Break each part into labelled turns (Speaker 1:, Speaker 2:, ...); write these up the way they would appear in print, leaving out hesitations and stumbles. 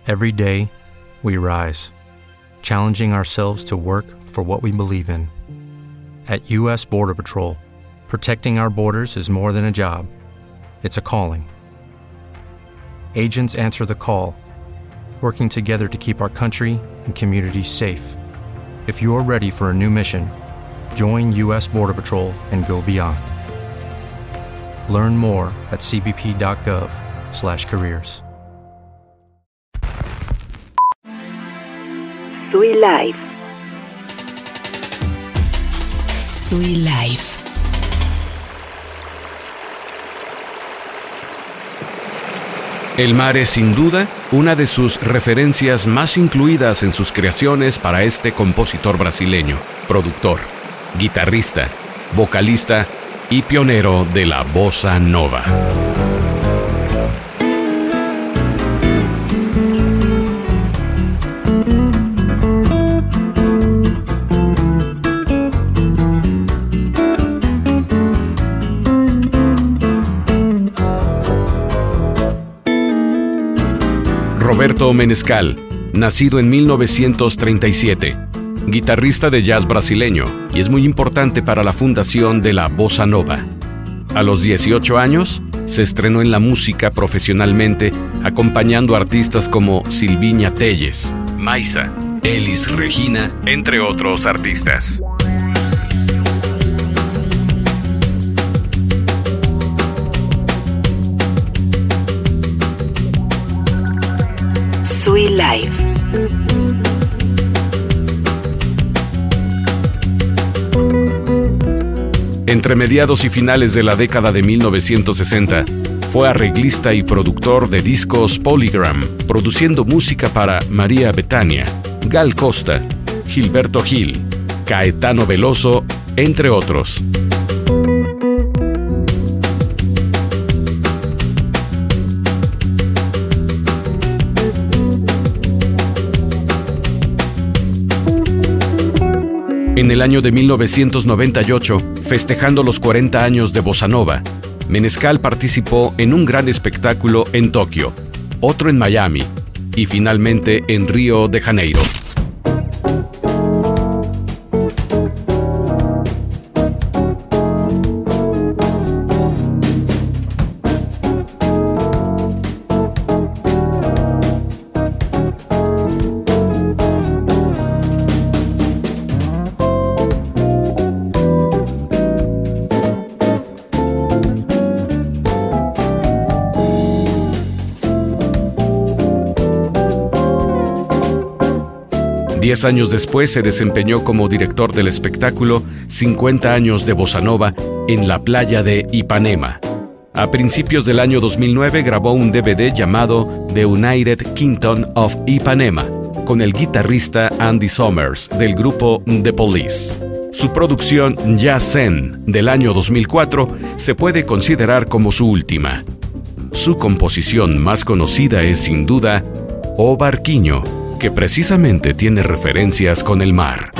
Speaker 1: Every day, we rise, challenging ourselves to work for what we believe in. At U.S. Border Patrol, protecting our borders is more than a job. It's a calling. Agents answer the call, working together to keep our country and communities safe. If you're ready for a new mission, join U.S. Border Patrol and go beyond. Learn more at cbp.gov/careers.
Speaker 2: Sui Life.
Speaker 3: Sui Life.
Speaker 4: El mar es sin duda una de sus referencias más incluidas en sus creaciones para este compositor brasileño, productor, guitarrista, vocalista y pionero de la bossa nova. Roberto Menescal, nacido en 1937, guitarrista de jazz brasileño, y es muy importante para la fundación de la bossa nova. A los 18 años, se estrenó en la música profesionalmente, acompañando a artistas como Silvinha Telles, Maisa, Elis Regina, entre otros artistas.
Speaker 2: Sui Life.
Speaker 4: Entre mediados y finales de la década de 1960, fue arreglista y productor de discos Polygram, produciendo música para María Bethânia, Gal Costa, Gilberto Gil, Caetano Veloso, entre otros. En el año de 1998, festejando los 40 años de bossa nova, Menescal participó en un gran espectáculo en Tokio, otro en Miami y finalmente en Río de Janeiro. Diez años después se desempeñó como director del espectáculo 50 años de bossa nova en la playa de Ipanema. A principios del año 2009 grabó un DVD llamado The United Kingdom of Ipanema con el guitarrista Andy Summers del grupo The Police. Su producción Jazz Zen del año 2004 se puede considerar como su última. Su composición más conocida es sin duda O Barquinho, que precisamente tiene referencias con el mar.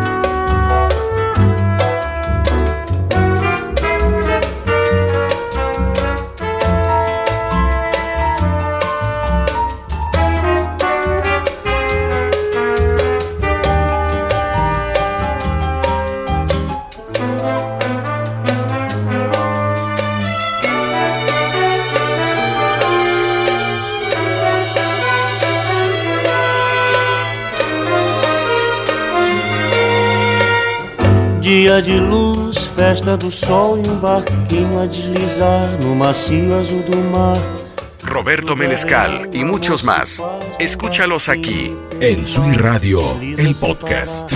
Speaker 5: Dia de luz, festa do sol e barquinho a deslizar no macio azul do mar.
Speaker 4: Roberto Menescal y muchos más. Escúchalos aquí en Sui Radio, el podcast.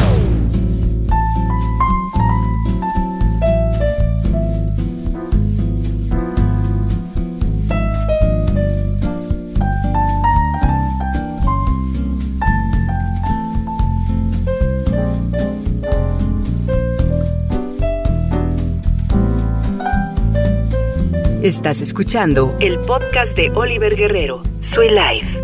Speaker 3: Estás escuchando el podcast de Oliver Guerrero,
Speaker 2: Sui Life.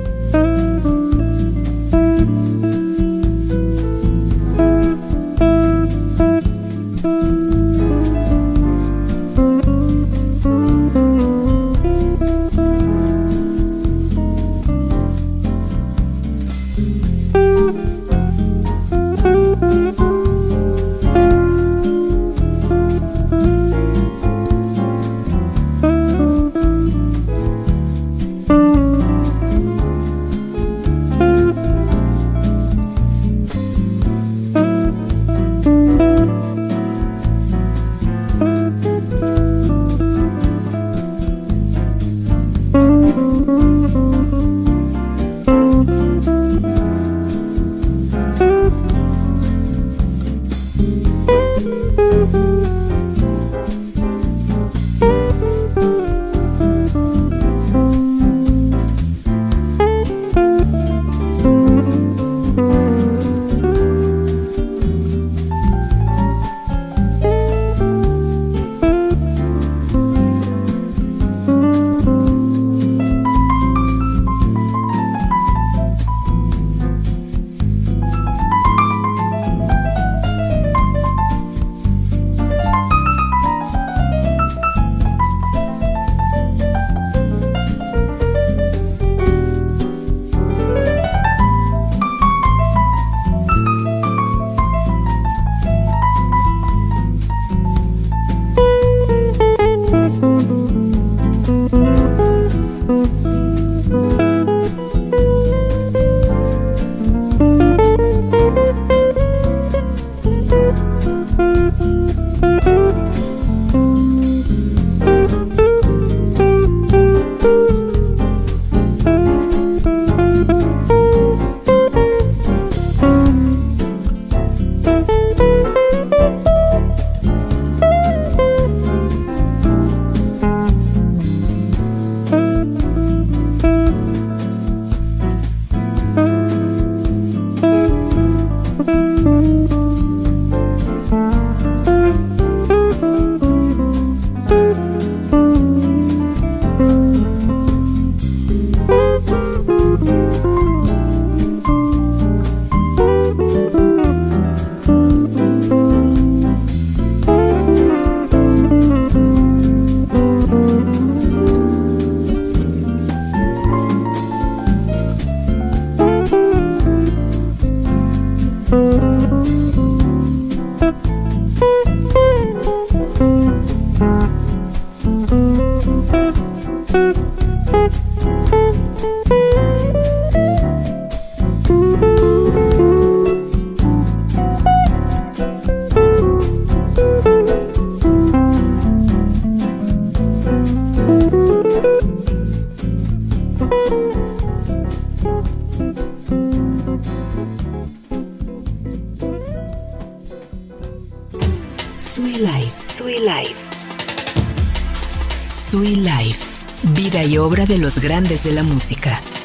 Speaker 3: Sui Life. Sui Life. Sui Life. Vida y obra de los grandes de la música.